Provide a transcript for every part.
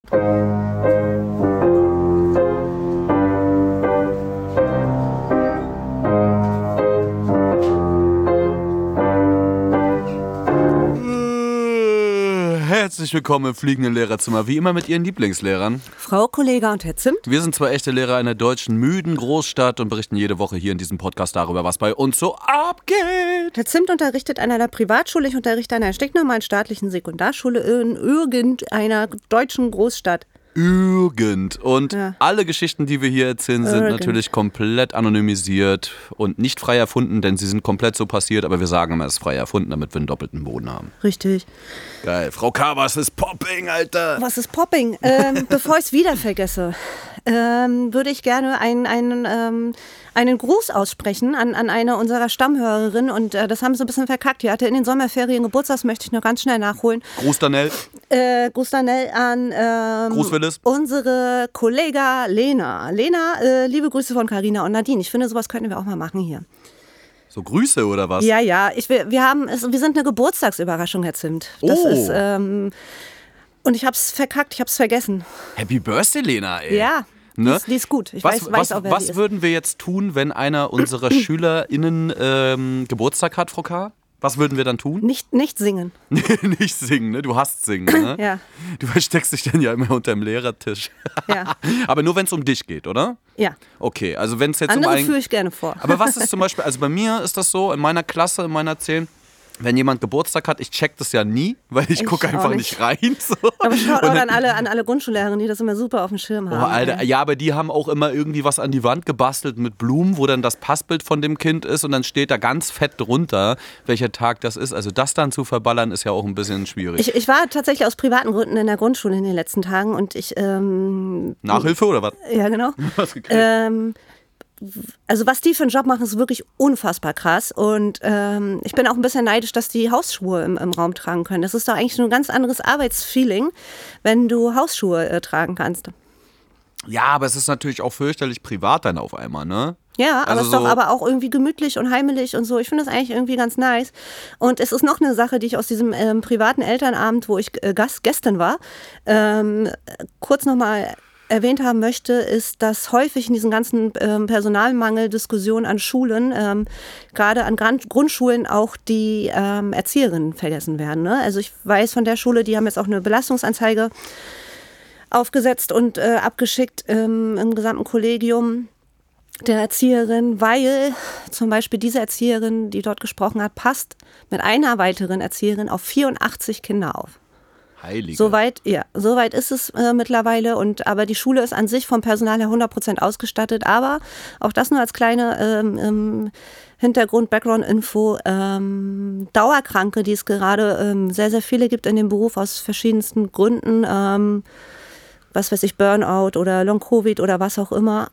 Herzlich willkommen im fliegenden Lehrerzimmer, wie immer mit Ihren Lieblingslehrern. Frau Kollega und Herr Zimt. Wir sind zwei echte Lehrer einer deutschen, müden Großstadt und berichten jede Woche hier in diesem Podcast darüber, was bei uns so abgeht. Herr Zimt unterrichtet an einer Privatschule, ich unterrichte an einer stinknormalen staatlichen Sekundarschule in irgendeiner deutschen Großstadt. Und alle Geschichten, die wir hier erzählen, sind natürlich komplett anonymisiert und nicht frei erfunden, denn sie sind komplett so passiert, aber wir sagen immer, es ist frei erfunden, damit wir einen doppelten Boden haben. Richtig. Geil. Frau K., was ist Popping, Alter? Was ist Popping? Bevor ich es wieder vergesse, würde ich gerne einen Gruß aussprechen an eine unserer Stammhörerinnen und das haben sie ein bisschen verkackt. Die hatte in den Sommerferien Geburtstag, das möchte ich nur ganz schnell nachholen. Gruß Danell. Gruß Danell an Gruß Willis. Unsere Kollega Lena. Lena, liebe Grüße von Carina und Nadine. Ich finde, sowas könnten wir auch mal machen hier. So Grüße oder was? Ja. Wir sind eine Geburtstagsüberraschung, Herr Zimt. Das ist, und ich hab's verkackt, ich hab's vergessen. Happy Birthday, Lena, ey. Ja. Ne? Die ist gut. Ich weiß auch, wer die ist. Was würden wir jetzt tun, wenn einer unserer SchülerInnen Geburtstag hat, Frau K.? Was würden wir dann tun? Nicht singen. Nicht singen, ne? Du hasst singen, ne? Ja. Du versteckst dich dann ja immer unter dem Lehrertisch. Ja. Aber nur, wenn es um dich geht, oder? Ja. Okay, also wenn es jetzt Andere führe ich gerne vor. Aber was ist zum Beispiel, also bei mir ist das so, in meiner Klasse, in meiner 10, wenn jemand Geburtstag hat, ich check das ja nie, weil ich gucke einfach nicht rein. So. Aber schaut auch an alle Grundschullehrerinnen, die das immer super auf dem Schirm haben. Oh, Alter, ja, aber die haben auch immer irgendwie was an die Wand gebastelt mit Blumen, wo dann das Passbild von dem Kind ist und dann steht da ganz fett drunter, welcher Tag das ist. Also das dann zu verballern, ist ja auch ein bisschen schwierig. Ich war tatsächlich aus privaten Gründen in der Grundschule in den letzten Tagen und ich... Nachhilfe oder was? Ja, genau. Was gekriegt? Also was die für einen Job machen, ist wirklich unfassbar krass und ich bin auch ein bisschen neidisch, dass die Hausschuhe im Raum tragen können. Das ist doch eigentlich ein ganz anderes Arbeitsfeeling, wenn du Hausschuhe tragen kannst. Ja, aber es ist natürlich auch fürchterlich privat dann auf einmal, ne? Ja, aber also es ist doch aber auch irgendwie gemütlich und heimelig und so. Ich finde das eigentlich irgendwie ganz nice. Und es ist noch eine Sache, die ich aus diesem privaten Elternabend, wo ich Gästin war, kurz nochmal erwähnt haben möchte, ist, dass häufig in diesen ganzen Personalmangel-Diskussionen an Schulen, gerade an Grundschulen, auch die Erzieherinnen vergessen werden. Ne? Also ich weiß von der Schule, die haben jetzt auch eine Belastungsanzeige aufgesetzt und abgeschickt im gesamten Kollegium der Erzieherin, weil zum Beispiel diese Erzieherin, die dort gesprochen hat, passt mit einer weiteren Erzieherin auf 84 Kinder auf. Heilige. Soweit ist es mittlerweile. Aber die Schule ist an sich vom Personal her 100% ausgestattet. Aber auch das nur als kleine Hintergrund, Background-Info. Dauerkranke, die es gerade sehr, sehr viele gibt in dem Beruf aus verschiedensten Gründen. Was weiß ich, Burnout oder Long-Covid oder was auch immer.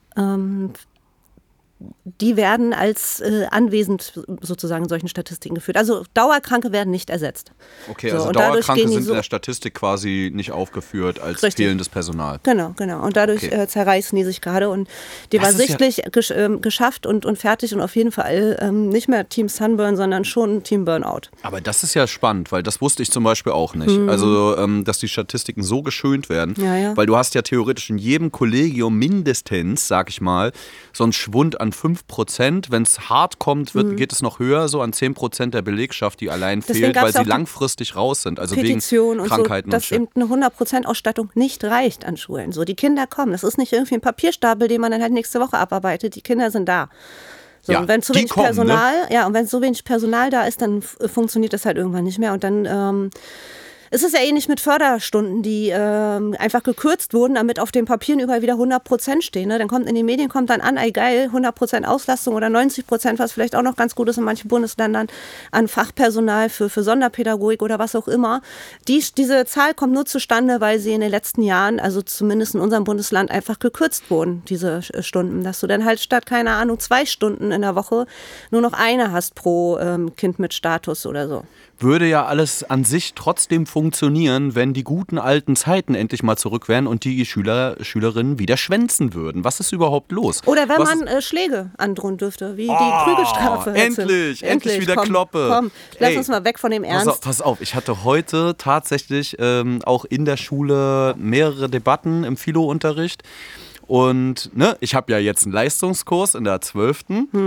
Die werden als anwesend sozusagen in solchen Statistiken geführt. Also Dauerkranke werden nicht ersetzt. Okay, also Dauerkranke sind in der Statistik quasi nicht aufgeführt als fehlendes Personal. Genau. Und dadurch zerreißen die sich gerade. Und die war sichtlich geschafft und fertig und auf jeden Fall nicht mehr Team Sunburn, sondern schon Team Burnout. Aber das ist ja spannend, weil das wusste ich zum Beispiel auch nicht. Also, dass die Statistiken so geschönt werden. Ja. Weil du hast ja theoretisch in jedem Kollegium mindestens, sag ich mal, so einen Schwund an 5%. Wenn es hart kommt, geht es noch höher, so an 10% der Belegschaft, die allein fehlt, weil sie langfristig raus sind. Also Petition wegen Krankheiten und so, dass eben eine 100% Ausstattung nicht reicht an Schulen. So, die Kinder kommen. Das ist nicht irgendwie ein Papierstapel, den man dann halt nächste Woche abarbeitet. Die Kinder sind da. So, ja, und wenn zu wenig so wenig Personal da ist, dann funktioniert das halt irgendwann nicht mehr. Und dann es ist ja ähnlich mit Förderstunden, die einfach gekürzt wurden, damit auf den Papieren überall wieder 100% stehen. Ne? Dann kommt in den Medien dann an, ey geil, 100% Auslastung oder 90%, was vielleicht auch noch ganz gut ist in manchen Bundesländern, an Fachpersonal für Sonderpädagogik oder was auch immer. Diese Zahl kommt nur zustande, weil sie in den letzten Jahren, also zumindest in unserem Bundesland, einfach gekürzt wurden, diese Stunden. Dass du dann halt statt, keine Ahnung, 2 Stunden in der Woche nur noch eine hast pro Kind mit Status oder so. würde ja alles an sich trotzdem funktionieren, wenn die guten alten Zeiten endlich mal zurück wären und die Schülerinnen wieder schwänzen würden. Was ist überhaupt los? Oder wenn man Schläge androhen dürfte, wie die Prügelstrafe. Endlich wieder komm, Kloppe. Komm, lass uns mal weg von dem Ernst. Pass auf, ich hatte heute tatsächlich auch in der Schule mehrere Debatten im Philo-Unterricht. Und ich habe ja jetzt einen Leistungskurs in der 12.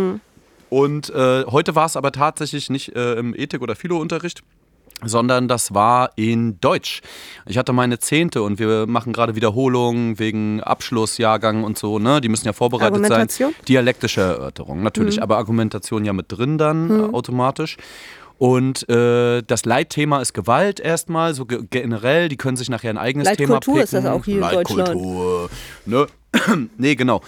Und heute war es aber tatsächlich nicht im Ethik- oder Philo-Unterricht, sondern das war in Deutsch. Ich hatte meine 10. und wir machen gerade Wiederholungen wegen Abschlussjahrgang und so, ne? Die müssen ja vorbereitet sein. Dialektische Erörterung, natürlich, aber Argumentation ja mit drin dann automatisch. Und das Leitthema ist Gewalt erstmal, so generell, die können sich nachher ein eigenes Thema picken. Leitkultur ist das auch hier in Deutschland. Leitkultur, ne? Nee, genau.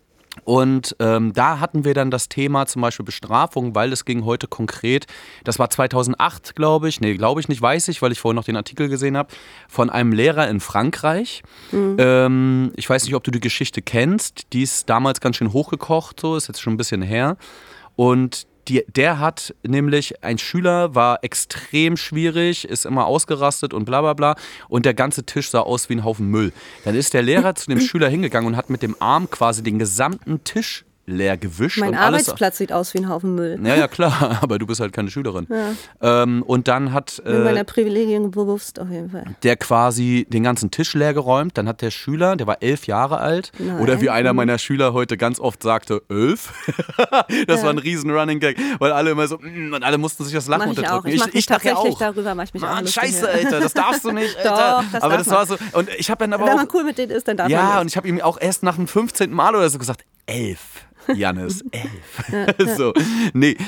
Und da hatten wir dann das Thema zum Beispiel Bestrafung, weil es ging heute konkret, das war 2008, glaube ich, weiß ich, weil ich vorhin noch den Artikel gesehen habe, von einem Lehrer in Frankreich. Ich weiß nicht, ob du die Geschichte kennst, die ist damals ganz schön hochgekocht, so ist jetzt schon ein bisschen her. Und der hat nämlich, ein Schüler war extrem schwierig, ist immer ausgerastet und bla bla bla und der ganze Tisch sah aus wie ein Haufen Müll. Dann ist der Lehrer zu dem Schüler hingegangen und hat mit dem Arm quasi den gesamten Tisch leer gewischt. Mein Arbeitsplatz sieht aus wie ein Haufen Müll. Ja, klar, aber du bist halt keine Schülerin. Ja. Und dann hat bin meiner Privilegien bewusst auf jeden Fall. Der quasi den ganzen Tisch leer geräumt. Dann hat der Schüler, der war 11 Jahre alt, oder wie einer meiner Schüler heute ganz oft sagte, 11. Das war ein riesen Running Gag, weil alle immer so, und alle mussten sich das Lachen unterdrücken. Ich tatsächlich auch. Darüber mach ich mich auch lustig. Scheiße, Alter, das darfst du nicht, Alter. Doch, aber das war so, und ich habe dann aber wenn auch... man cool mit denen ist, dann darf man Ja, und ich habe ihm auch erst nach dem 15. Mal oder so gesagt, 11. Jannis, 11. So, nee,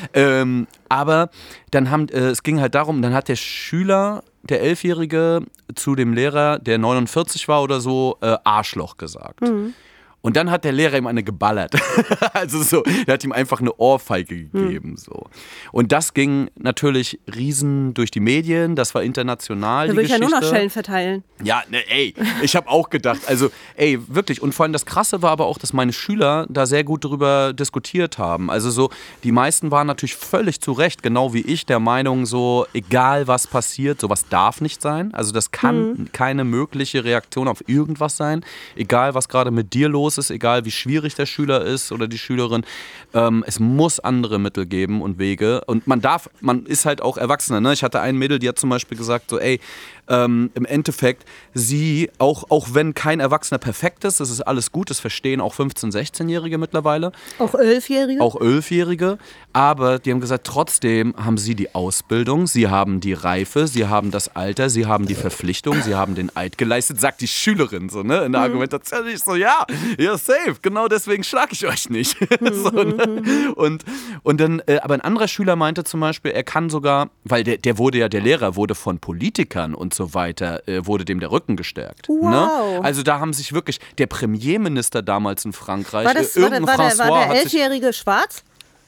aber dann es ging halt darum, dann hat der Schüler, der 11-Jährige, zu dem Lehrer, der 49 war oder so, Arschloch gesagt. Und dann hat der Lehrer ihm eine geballert. Also so, der hat ihm einfach eine Ohrfeige gegeben. So. Und das ging natürlich riesen durch die Medien, das war international, die Geschichte. Da will ich ja nur noch Schellen verteilen. Ja, ich habe auch gedacht, also wirklich. Und vor allem das Krasse war aber auch, dass meine Schüler da sehr gut drüber diskutiert haben. Also so, die meisten waren natürlich völlig zu Recht, genau wie ich, der Meinung so, egal was passiert, sowas darf nicht sein. Also das kann keine mögliche Reaktion auf irgendwas sein. Egal was gerade mit dir los ist, egal wie schwierig der Schüler ist oder die Schülerin. Es muss andere Mittel geben und Wege. Und man ist halt auch Erwachsener. Ne? Ich hatte ein Mädel, die hat zum Beispiel gesagt, so im Endeffekt, sie, auch wenn kein Erwachsener perfekt ist, das ist alles gut, das verstehen auch 15-, 16-Jährige mittlerweile. Auch 11-Jährige? Auch 11-Jährige, aber die haben gesagt, trotzdem haben sie die Ausbildung, sie haben die Reife, sie haben das Alter, sie haben die Verpflichtung, sie haben den Eid geleistet, sagt die Schülerin so, ne, in der Argumentation. Ich so, ja, safe, genau deswegen schlage ich euch nicht. So, ne? Und dann, aber ein anderer Schüler meinte zum Beispiel, er kann sogar, weil der Lehrer wurde von Politikern und so weiter, wurde dem der Rücken gestärkt. Wow. Ne? Also da haben sich wirklich, der Premierminister damals in Frankreich, war der 11-Jährige schwarz?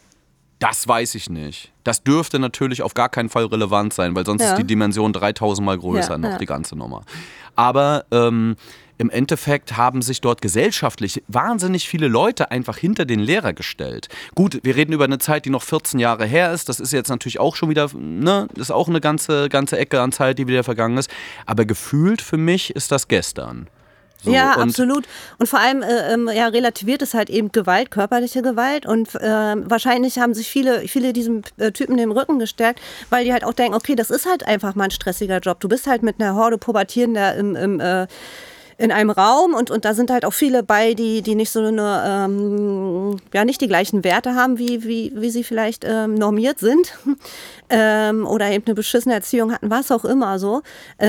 Das weiß ich nicht. Das dürfte natürlich auf gar keinen Fall relevant sein, weil sonst ist die Dimension 3000 Mal größer noch, die ganze Nummer. Aber im Endeffekt haben sich dort gesellschaftlich wahnsinnig viele Leute einfach hinter den Lehrer gestellt. Gut, wir reden über eine Zeit, die noch 14 Jahre her ist. Das ist jetzt natürlich auch schon wieder, ne, das ist auch eine ganze Ecke an Zeit, die wieder vergangen ist. Aber gefühlt für mich ist das gestern. So, ja, absolut. Und vor allem relativiert es halt eben Gewalt, körperliche Gewalt. Und wahrscheinlich haben sich viele diesem Typen den Rücken gestärkt, weil die halt auch denken, okay, das ist halt einfach mal ein stressiger Job. Du bist halt mit einer Horde Pubertierender in einem Raum und da sind halt auch viele bei, die nicht so eine, nicht die gleichen Werte haben, wie sie vielleicht normiert sind oder eben eine beschissene Erziehung hatten, was auch immer so.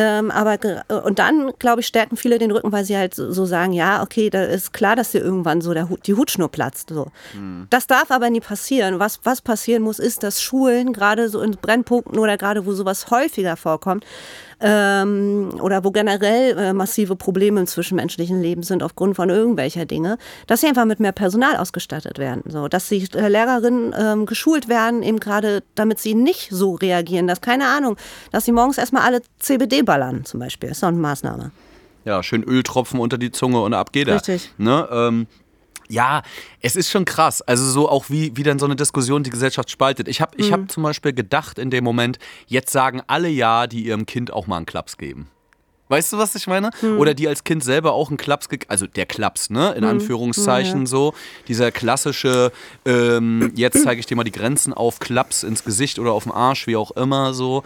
Und dann, glaube ich, stärken viele den Rücken, weil sie halt so sagen, ja, okay, da ist klar, dass dir irgendwann so die Hutschnur platzt. So. Das darf aber nie passieren. Was passieren muss, ist, dass Schulen, gerade so in Brennpunkten oder gerade wo sowas häufiger vorkommt, oder wo generell massive Probleme im zwischenmenschlichen Leben sind aufgrund von irgendwelcher Dinge, dass sie einfach mit mehr Personal ausgestattet werden. So, dass die Lehrerinnen geschult werden, eben gerade, damit sie nicht so reagieren. Dass, keine Ahnung, dass sie morgens erstmal alle CBD ballern zum Beispiel. Ist doch eine Maßnahme. Ja, schön Öltropfen unter die Zunge und ab geht er. Richtig. Ne? Ja, es ist schon krass. Also so auch wie dann so eine Diskussion die Gesellschaft spaltet. Ich hab zum Beispiel gedacht in dem Moment, jetzt sagen alle ja, die ihrem Kind auch mal einen Klaps geben. Weißt du, was ich meine? Oder die als Kind selber auch einen Klaps, also der Klaps, ne? In Anführungszeichen so. Dieser klassische, jetzt zeige ich dir mal die Grenzen auf, Klaps ins Gesicht oder auf den Arsch, wie auch immer so.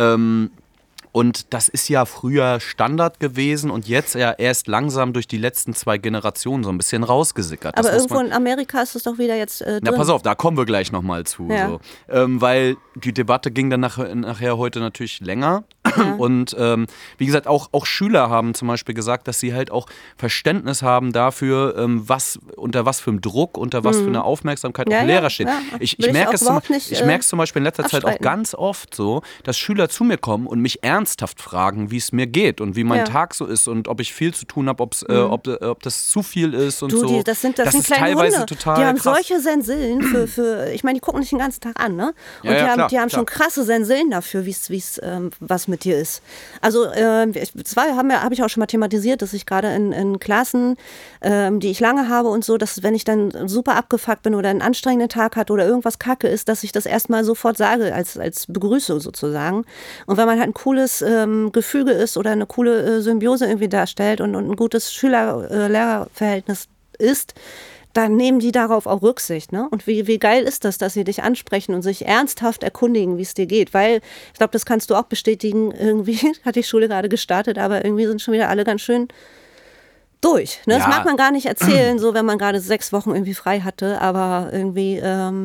Und das ist ja früher Standard gewesen und jetzt ja erst langsam durch die letzten 2 Generationen so ein bisschen rausgesickert. Aber irgendwo in Amerika ist es doch wieder jetzt drin. Na, pass auf, da kommen wir gleich nochmal zu. Ja. So. Weil die Debatte ging dann nachher heute natürlich länger. Ja. Und wie gesagt, auch Schüler haben zum Beispiel gesagt, dass sie halt auch Verständnis haben dafür, unter was für einem Druck, unter was für eine Aufmerksamkeit auch Lehrer stehen. Ja. Ich merke es zum Beispiel in letzter Zeit auch ganz oft so, dass Schüler zu mir kommen und mich ernsthaft fragen, wie es mir geht und wie mein Tag so ist und ob ich viel zu tun habe, ob das zu viel ist und so. Das sind kleine teilweise Hunde. Total die haben krass. Solche Sensillen für ich meine, die gucken nicht den ganzen Tag an, ne? Und die haben schon krasse Sensillen dafür, was mit dir ist. Also habe ich auch schon mal thematisiert, dass ich gerade in Klassen, die ich lange habe und so, dass wenn ich dann super abgefuckt bin oder einen anstrengenden Tag hatte oder irgendwas kacke ist, dass ich das erstmal sofort sage als Begrüßung sozusagen. Und wenn man halt ein cooles Gefüge ist oder eine coole Symbiose irgendwie darstellt und ein gutes Schüler-Lehrer-Verhältnis ist, dann nehmen die darauf auch Rücksicht. Ne? Und wie geil ist das, dass sie dich ansprechen und sich ernsthaft erkundigen, wie es dir geht. Weil, ich glaube, das kannst du auch bestätigen, irgendwie hat die Schule gerade gestartet, aber irgendwie sind schon wieder alle ganz schön durch. Ne? Das mag man gar nicht erzählen, so wenn man gerade 6 Wochen irgendwie frei hatte, aber irgendwie...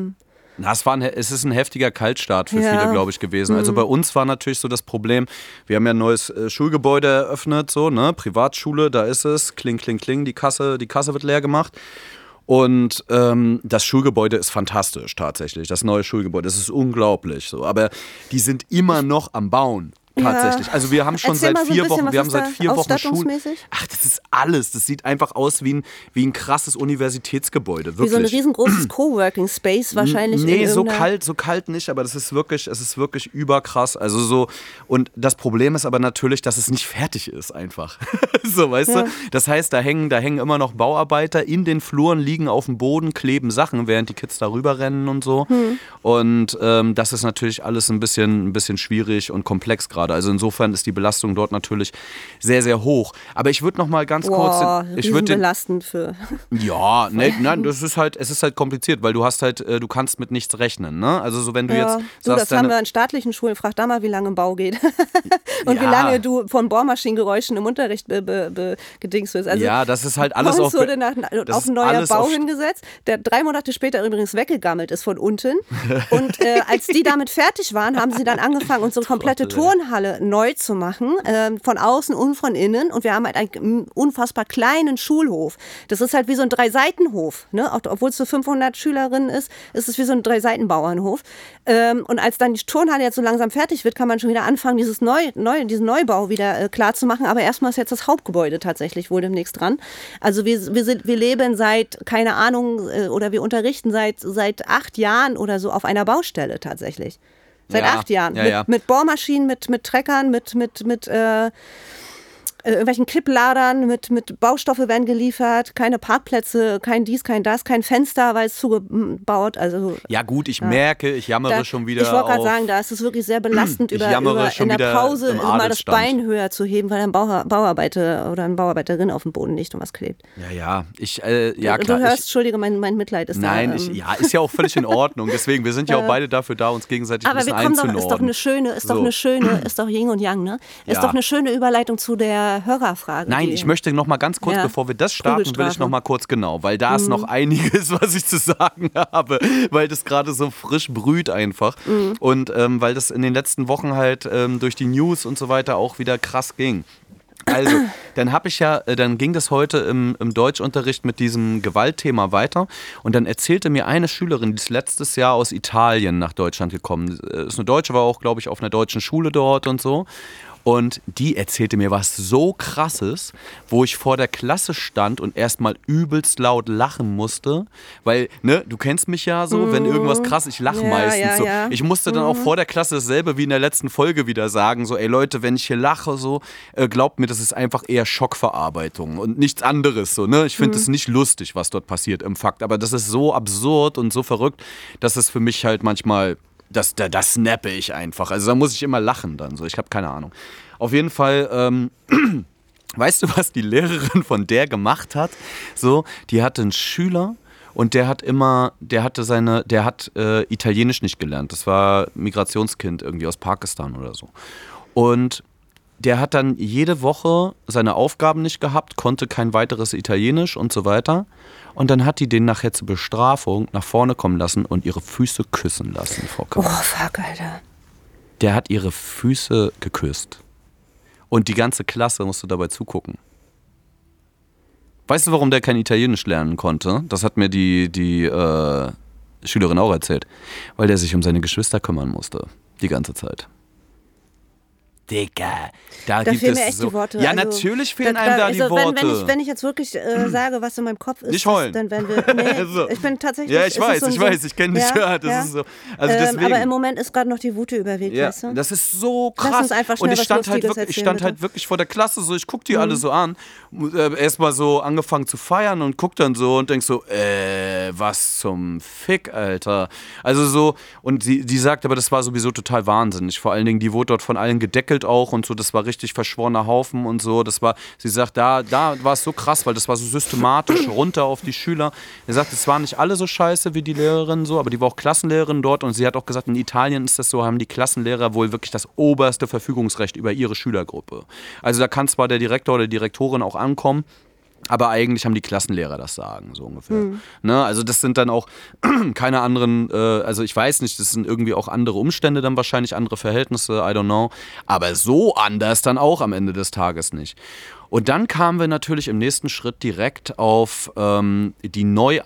es ist ein heftiger Kaltstart für viele, glaube ich, gewesen. Also bei uns war natürlich so das Problem, wir haben ja ein neues Schulgebäude eröffnet, so, ne? Privatschule, da ist es, kling, kling, kling, die Kasse wird leer gemacht. Und das Schulgebäude ist fantastisch tatsächlich, das neue Schulgebäude, das ist unglaublich. So. Aber die sind immer noch am Bauen. Tatsächlich. Also wir haben schon seit 4 Wochen, Schule. Ach, das ist alles. Das sieht einfach aus wie ein krasses Universitätsgebäude. Wirklich. Wie so ein riesengroßes Coworking Space wahrscheinlich. Nee, so kalt nicht, aber es ist wirklich überkrass. Also so, und das Problem ist aber natürlich, dass es nicht fertig ist einfach. So, weißt du? Das heißt, da hängen immer noch Bauarbeiter, in den Fluren liegen auf dem Boden, kleben Sachen, während die Kids darüber rennen und so. Und das ist natürlich alles ein bisschen schwierig und komplex gerade. Also insofern ist die Belastung dort natürlich sehr, sehr hoch. Aber ich würde noch mal ganz kurz... belastend für... Ja, nein, es ist halt kompliziert, weil du kannst mit nichts rechnen. Ne? Also so, wenn du jetzt sagst... Das haben wir an staatlichen Schulen. Frag da mal, wie lange ein Bau geht. Und wie lange du von Bohrmaschinengeräuschen im Unterricht gedingst wirst. Also das ist halt alles auf... wurde auf ein neuer Bau hingesetzt, der 3 Monate später übrigens weggegammelt ist von unten. Und als die damit fertig waren, haben sie dann angefangen, unsere komplette Turnhalle neu zu machen, von außen und von innen. Und wir haben halt einen unfassbar kleinen Schulhof. Das ist halt wie so ein 3-Seiten-Hof. Ne? Obwohl es für 500 Schülerinnen ist es wie so ein 3-Seiten-Bauernhof. Und als dann die Turnhalle jetzt so langsam fertig wird, kann man schon wieder anfangen, diesen Neubau wieder klar zu machen. Aber erstmal ist jetzt das Hauptgebäude tatsächlich wohl demnächst dran. Also wir leben seit, keine Ahnung, oder wir unterrichten seit 8 Jahren oder so auf einer Baustelle tatsächlich. Seit 8 Jahren. Mit Bohrmaschinen, mit Treckern, mit irgendwelchen Kippladern, mit Baustoffe werden geliefert, keine Parkplätze, kein dies, kein das, kein Fenster, weil es zugebaut. Also, ja gut, ich merke, ich jammere schon wieder. Ich wollte gerade sagen, da ist es wirklich sehr belastend, in der Pause mal das Bein höher zu heben, weil ein Bauarbeiter oder eine Bauarbeiterin auf dem Boden liegt und was klebt. Klar. Du hörst, Entschuldige, mein Mitleid ist Nein, da. ist ja auch völlig in Ordnung. Deswegen, wir sind ja auch beide dafür da, uns gegenseitig ein bisschen einzunorden. Ist doch Yin und Yang, ne? Ist doch eine schöne Überleitung zu der Hörerfrage. Nein, ich möchte noch mal ganz kurz, bevor wir das starten, will ich noch mal kurz weil da ist noch einiges, was ich zu sagen habe, weil das gerade so frisch brüht einfach und weil das in den letzten Wochen halt durch die News und so weiter auch wieder krass ging. Also, dann ging das heute im Deutschunterricht mit diesem Gewaltthema weiter und dann erzählte mir eine Schülerin, die ist letztes Jahr aus Italien nach Deutschland gekommen ist, eine Deutsche, war auch, glaube ich, auf einer deutschen Schule dort und so. Und die erzählte mir was so Krasses, wo ich vor der Klasse stand und erstmal übelst laut lachen musste. Weil, ne, du kennst mich ja so, wenn irgendwas krass, ich lache meistens so. Ja. Ich musste dann auch vor der Klasse dasselbe wie in der letzten Folge wieder sagen, so, ey Leute, wenn ich hier lache, so, glaubt mir, das ist einfach eher Schockverarbeitung und nichts anderes, so, ne. Ich finde es nicht lustig, was dort passiert im Fakt, aber das ist so absurd und so verrückt, dass es für mich halt manchmal... Das snappe ich einfach. Also da muss ich immer lachen dann. So. Ich habe keine Ahnung. Auf jeden Fall, weißt du, was die Lehrerin von der gemacht hat? So, die hatte einen Schüler und der hat Italienisch nicht gelernt. Das war ein Migrationskind irgendwie aus Pakistan oder so. Und der hat dann jede Woche seine Aufgaben nicht gehabt, konnte kein weiteres Italienisch und so weiter. Und dann hat die den nachher zur Bestrafung nach vorne kommen lassen und ihre Füße küssen lassen, Frau Kammer. Oh, fuck, Alter. Der hat ihre Füße geküsst. Und die ganze Klasse musste dabei zugucken. Weißt du, warum der kein Italienisch lernen konnte? Das hat mir die Schülerin auch erzählt. Weil der sich um seine Geschwister kümmern musste. Die ganze Zeit. Digga, da gibt fehlen es mir echt so. die Worte. Ja, also, natürlich fehlen einem da die Worte. Wenn ich jetzt wirklich sage, was in meinem Kopf ist, nicht heulen. Dann werden wir. Nee, so. Ich bin tatsächlich. Ja, ich weiß, ich kenne dich. Ja, das ist so. Also deswegen. Aber im Moment ist gerade noch die Wut überwiegt, ja, weißt du? Das ist so krass. Lass uns einfach schnell und ich stand halt wirklich vor der Klasse, so ich guck die alle so an, erstmal so angefangen zu feiern und guck dann so und denk so, was zum Fick, Alter. Also so, und die sagt aber, das war sowieso total wahnsinnig. Vor allen Dingen, die wurde dort von allen gedeckelt auch und so, das war richtig verschworener Haufen und so. Sie sagt, da war es so krass, weil das war so systematisch runter auf die Schüler. Sie sagt, es waren nicht alle so scheiße wie die Lehrerin so, aber die war auch Klassenlehrerin dort und sie hat auch gesagt, in Italien ist das so, haben die Klassenlehrer wohl wirklich das oberste Verfügungsrecht über ihre Schülergruppe. Also da kann zwar der Direktor oder die Direktorin auch ankommen, aber eigentlich haben die Klassenlehrer das Sagen, so ungefähr. Ne? Also das sind dann auch keine anderen, also ich weiß nicht, das sind irgendwie auch andere Umstände dann wahrscheinlich, andere Verhältnisse, I don't know. Aber so anders dann auch am Ende des Tages nicht. Und dann kamen wir natürlich im nächsten Schritt direkt auf die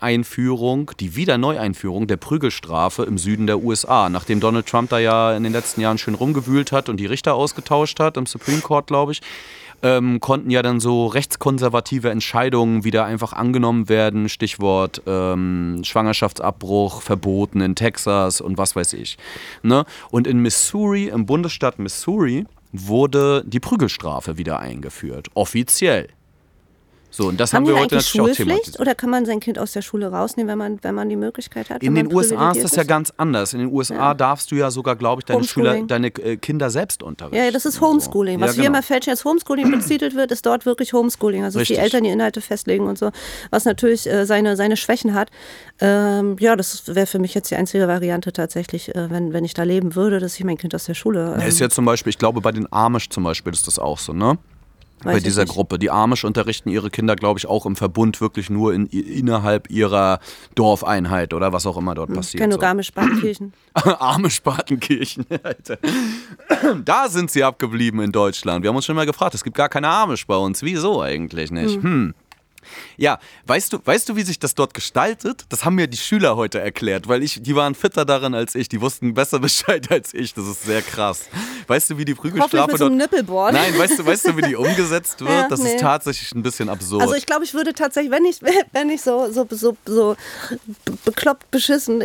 Wiederneueinführung der Prügelstrafe im Süden der USA. Nachdem Donald Trump da ja in den letzten Jahren schön rumgewühlt hat und die Richter ausgetauscht hat, im Supreme Court, glaube ich, konnten ja dann so rechtskonservative Entscheidungen wieder einfach angenommen werden. Stichwort Schwangerschaftsabbruch, verboten in Texas und was weiß ich. Ne? Und in Missouri, im Bundesstaat Missouri, wurde die Prügelstrafe wieder eingeführt. Offiziell. So, und das haben wir heute natürlich auch thematisiert. Oder kann man sein Kind aus der Schule rausnehmen, wenn man die Möglichkeit hat? In den USA ist das ja ganz anders. In den USA darfst du ja sogar, glaube ich, deine Kinder selbst unterrichten. Ja, das ist Homeschooling. So. Was hier immer fälschlich als Homeschooling betitelt wird, ist dort wirklich Homeschooling. Also dass die Eltern die Inhalte festlegen und so, was natürlich seine Schwächen hat. Ja, das wäre für mich jetzt die einzige Variante tatsächlich, wenn ich da leben würde, dass ich mein Kind aus der Schule... ist ja zum Beispiel, ich glaube, bei den Amish zum Beispiel ist das auch so, ne? Bei dieser Gruppe. Die Amish unterrichten ihre Kinder, glaube ich, auch im Verbund wirklich nur innerhalb ihrer Dorfeinheit oder was auch immer dort passiert. Ich kenne nur Garmisch-Partenkirchen. Amish-Partenkirchen, Alter. Da sind sie abgeblieben in Deutschland. Wir haben uns schon mal gefragt, es gibt gar keine Amish bei uns. Wieso eigentlich nicht? Ja, weißt du, wie sich das dort gestaltet? Das haben mir die Schüler heute erklärt, weil die waren fitter darin als ich, die wussten besser Bescheid als ich, das ist sehr krass. Weißt du, wie die Prügelstrafe dort... Nippelboard. Nein, weißt du, wie die umgezt wird? Ja, das ist tatsächlich ein bisschen absurd. Also ich glaube, ich würde tatsächlich, wenn ich so bekloppt, beschissen,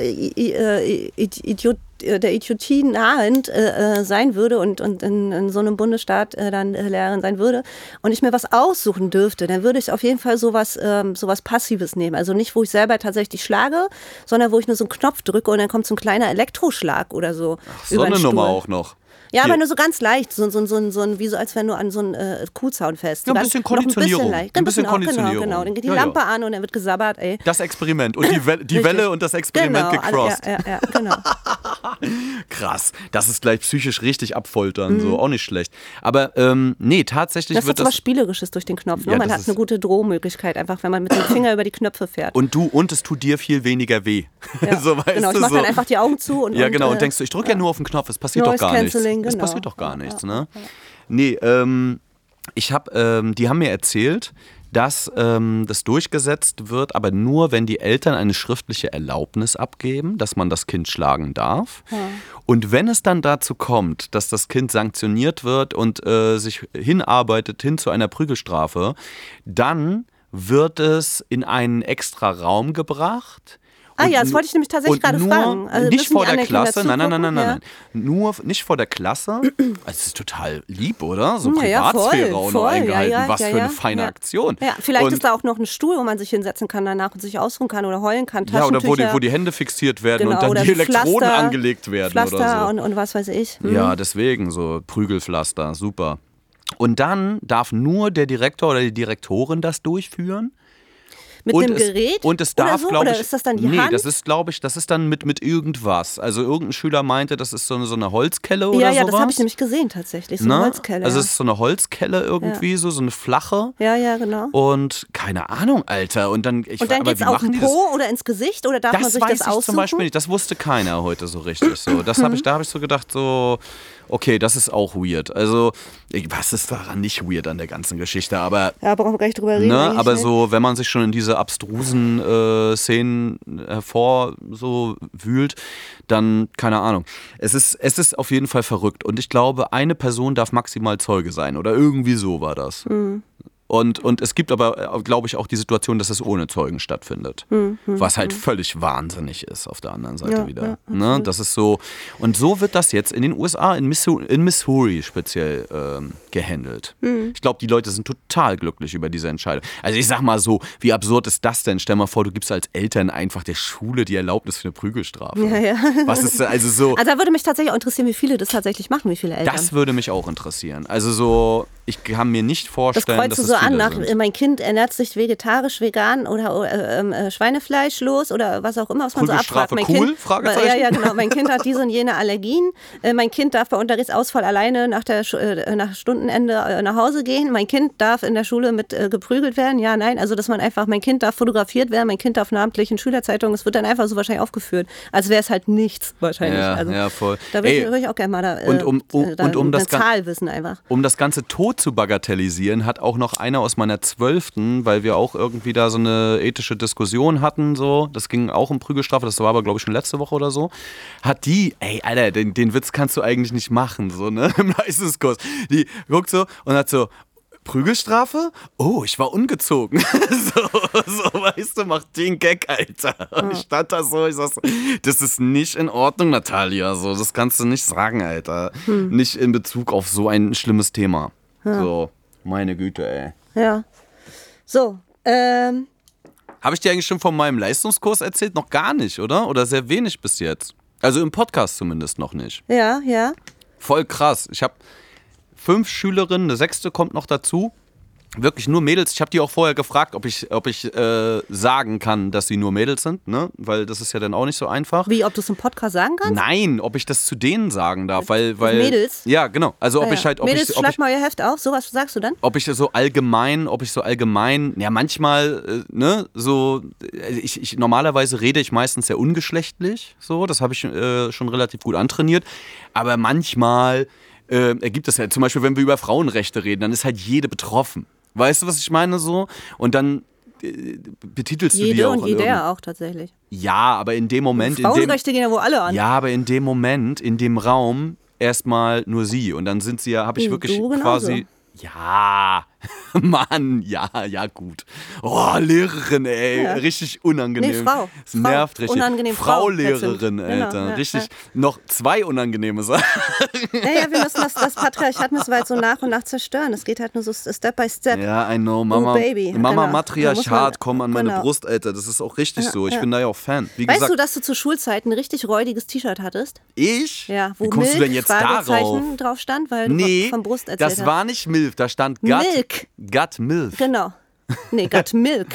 der Idiotie nahend sein würde und in so einem Bundesstaat dann Lehrerin sein würde und ich mir was aussuchen dürfte, dann würde ich auf jeden Fall sowas Passives nehmen. Also nicht, wo ich selber tatsächlich schlage, sondern wo ich nur so einen Knopf drücke und dann kommt so ein kleiner Elektroschlag oder so. Ach, so eine Nummer auch noch. Ja, aber nur so ganz leicht, so wie so als wenn du an so einen Kuhzaun fest. Ja, ein bisschen Konditionierung. Ein bisschen Konditionierung. Genau. Dann geht die Lampe an und dann wird gesabbert, ey. Das Experiment und die Welle und das Experiment gecrossed. Ja, genau. Krass, das ist gleich psychisch richtig abfoltern, so auch nicht schlecht. Aber nee, tatsächlich das wird das... Das ist was Spielerisches durch den Knopf. Ne? Ja, man hat eine gute Drohmöglichkeit, einfach wenn man mit dem Finger über die Knöpfe fährt. Und es tut dir viel weniger weh. Ja, so, weißt genau, ich mache dann einfach die Augen zu. Und denkst du, ich drücke ja nur auf den Knopf, es passiert doch gar nichts. Es passiert doch gar nichts, ne? Nee, die haben mir erzählt, dass das durchgesetzt wird, aber nur, wenn die Eltern eine schriftliche Erlaubnis abgeben, dass man das Kind schlagen darf. Ja. Und wenn es dann dazu kommt, dass das Kind sanktioniert wird und sich hinarbeitet hin zu einer Prügelstrafe, dann wird es in einen extra Raum gebracht. Ja, das wollte ich nämlich tatsächlich gerade fragen. Also nicht vor der Klasse, nein. Nur nicht vor der Klasse. Das ist total lieb, oder? So Privatsphäre auch noch eingehalten. Was für eine feine Aktion. Ja, vielleicht ist da auch noch ein Stuhl, wo man sich hinsetzen kann danach und sich ausruhen kann oder heulen kann. Ja, oder wo die Hände fixiert werden und dann die Elektroden Pflaster, angelegt werden Pflaster oder so. Und was weiß ich. Ja, deswegen so Prügelpflaster, super. Und dann darf nur der Direktor oder die Direktorin das durchführen. Mit dem Gerät? Und es darf, so? glaube ich. Oder ist das dann die Hand? Nee, das ist dann mit irgendwas. Also irgendein Schüler meinte, das ist so eine Holzkelle oder sowas. Ja, das habe ich nämlich gesehen tatsächlich. So eine Holzkelle. Also es ist so eine Holzkelle irgendwie, so eine flache. Ja, genau. Und keine Ahnung, Alter. Und dann geht es auf den Po oder ins Gesicht oder darf man sich das aussuchen? Das weiß ich zum Beispiel nicht. Das wusste keiner heute so richtig. So. Da habe ich so gedacht, so. Okay, das ist auch weird. Also, was ist daran nicht weird an der ganzen Geschichte? Aber brauchen wir gar nicht drüber reden. Aber so, wenn man sich schon in diese abstrusen Szenen wühlt, dann, keine Ahnung. Es ist auf jeden Fall verrückt. Und ich glaube, eine Person darf maximal Zeuge sein. Oder irgendwie so war das. Mhm. Und es gibt aber, glaube ich, auch die Situation, dass es ohne Zeugen stattfindet. Was halt völlig wahnsinnig ist auf der anderen Seite wieder. Ne? Das ist so. Und so wird das jetzt in den USA, in Missouri speziell gehandelt. Ich glaube, die Leute sind total glücklich über diese Entscheidung. Also ich sag mal so, wie absurd ist das denn? Stell mal vor, du gibst als Eltern einfach der Schule die Erlaubnis für eine Prügelstrafe. Ja. Was ist also so? Also da würde mich tatsächlich auch interessieren, wie viele das tatsächlich machen, wie viele Eltern. Das würde mich auch interessieren. Also so, ich kann mir nicht vorstellen, dass es so an, mein Kind ernährt sich vegetarisch, vegan oder Schweinefleischlos oder was auch immer, was man so abfragt. Mein Kind, Fragezeichen? Ja, genau. Mein Kind hat diese und jene Allergien. Mein Kind darf bei Unterrichtsausfall alleine nach Stundenende nach Hause gehen. Mein Kind darf in der Schule mit geprügelt werden. Ja, nein. Also, dass man einfach, mein Kind darf fotografiert werden, mein Kind darf namentlich in Schülerzeitungen. Es wird dann einfach so wahrscheinlich aufgeführt, als wäre es halt nichts wahrscheinlich. Ja, voll. Da würde ich auch gerne mal eine Zahl wissen einfach. Um das Ganze tot zu bagatellisieren, hat auch noch einer aus meiner 12., weil wir auch irgendwie da so eine ethische Diskussion hatten, so, das ging auch um Prügelstrafe, das war aber glaube ich schon letzte Woche oder so, hat die, Alter, den Witz kannst du eigentlich nicht machen, so, ne, im Leistungskurs, die guckt so und hat so, Prügelstrafe? Oh, ich war ungezogen. so, weißt du, macht den Gag, Alter. Und ich stand da so, ich sag so, das ist nicht in Ordnung, Natalia, so, das kannst du nicht sagen, Alter. Nicht in Bezug auf so ein schlimmes Thema. So, meine Güte, ey. Ja. So, Habe ich dir eigentlich schon von meinem Leistungskurs erzählt? Noch gar nicht, oder? Oder sehr wenig bis jetzt. Also im Podcast zumindest noch nicht. Ja. Voll krass. Ich habe 5 Schülerinnen, eine 6. kommt noch dazu. Wirklich nur Mädels. Ich habe die auch vorher gefragt, ob ich sagen kann, dass sie nur Mädels sind, ne? Weil das ist ja dann auch nicht so einfach. Wie, ob du es im Podcast sagen kannst? Nein, ob ich das zu denen sagen darf, weil Mädels? Ja, genau. Also ob ich halt, Mädels, schlag mal ihr Heft auf. So, was sagst du dann? Ob ich so allgemein, ja manchmal, ne, so, ich normalerweise rede ich meistens sehr ungeschlechtlich, so, das habe ich schon relativ gut antrainiert, aber manchmal ergibt es ja, zum Beispiel, wenn wir über Frauenrechte reden, dann ist halt jede betroffen. Weißt du, was ich meine so? Und dann betitelst du die auch. Jede und jeder auch tatsächlich. Ja, aber in dem Moment. Frauenrechte gehen ja wohl alle an. Ja, aber in dem Moment, in dem Raum, erstmal nur sie. Und dann sind sie ja, habe ich wirklich quasi. Ja, Mann, ja, gut. Oh, Lehrerin, ey, ja. Richtig unangenehm. Nee, Frau. Das nervt richtig. Unangenehm Frau Lehrerin, Alter. Genau, ja, richtig, noch 2 unangenehme Sachen. Ja, wir müssen das Patriarchat müssen wir halt so nach und nach zerstören. Es geht halt nur so Step by Step. Ja, I know, Mama. Oh, Baby. Mama, genau. Matriarchat, komm an meine Brust, Alter. Das ist auch richtig so. Ich bin da ja auch Fan. Wie weißt gesagt, du, dass du zur Schulzeit ein richtig räudiges T-Shirt hattest? Ich? Ja, wo Wie kommst Milk, du denn jetzt darauf? Drauf stand, weil du von Brust erzählt hast. Das war nicht Milk, da stand Gut Milk. Genau. Nee, Gut Milk.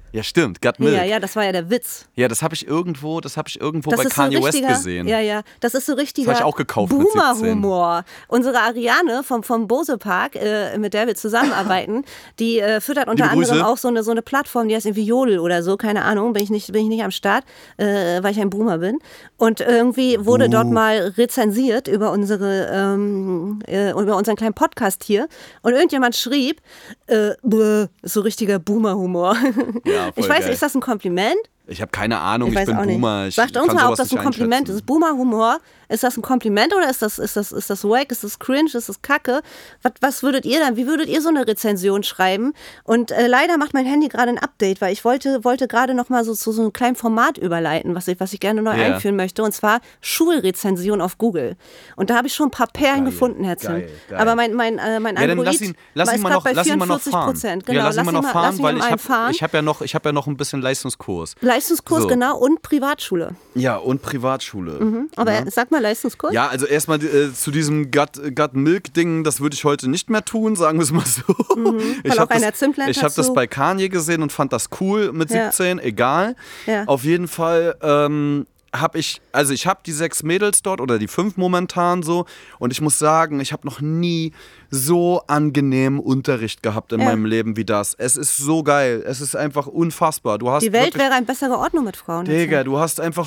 Ja, stimmt, Got Milk. Ja, das war ja der Witz. Ja, das habe ich irgendwo bei Kanye West gesehen. Ja, das ist so richtiger das hab ich auch gekauft Boomer-Humor. Unsere Ariane vom Bose Park, mit der wir zusammenarbeiten, die füttert unter anderem auch so eine Plattform, die heißt irgendwie Jodel oder so, keine Ahnung, bin ich nicht am Start, weil ich ein Boomer bin. Und irgendwie wurde dort mal rezensiert über unseren kleinen Podcast hier. Und irgendjemand schrieb, so richtiger Boomer-Humor. Ja, ich weiß nicht, ist das ein Kompliment? Ich habe keine Ahnung, ich bin Boomer. Sagt uns mal, ob das ein Kompliment ist. Boomer-Humor, ist das ein Kompliment oder ist das wack, ist das cringe, ist das kacke? Was würdet ihr dann, wie würdet ihr so eine Rezension schreiben? Und leider macht mein Handy gerade ein Update, weil ich wollte gerade noch mal so zu so einem kleinen Format überleiten, was ich gerne neu einführen möchte, und zwar Schulrezension auf Google. Und da habe ich schon ein paar Perlen gefunden, Herr Zim. Aber mein Android lass ihn mal noch fahren. Genau, lass ihn mal noch fahren, weil ich hab ja noch ein bisschen Leistungskurs. Leistungskurs, so. Genau, und Privatschule. Ja, und Privatschule. Aber sag mal Leistungskurs. Ja, also erstmal zu diesem Got Milk-Ding, das würde ich heute nicht mehr tun, sagen wir es mal so. Ich habe das bei Kanye gesehen und fand das cool mit 17, egal. Ja. Auf jeden Fall habe ich die 6 Mädels dort oder die 5 momentan so, und ich muss sagen, ich habe noch nie so angenehmen Unterricht gehabt in meinem Leben wie das. Es ist so geil. Es ist einfach unfassbar. Die Welt wäre eine bessere Ordnung mit Frauen. Digga, du hast einfach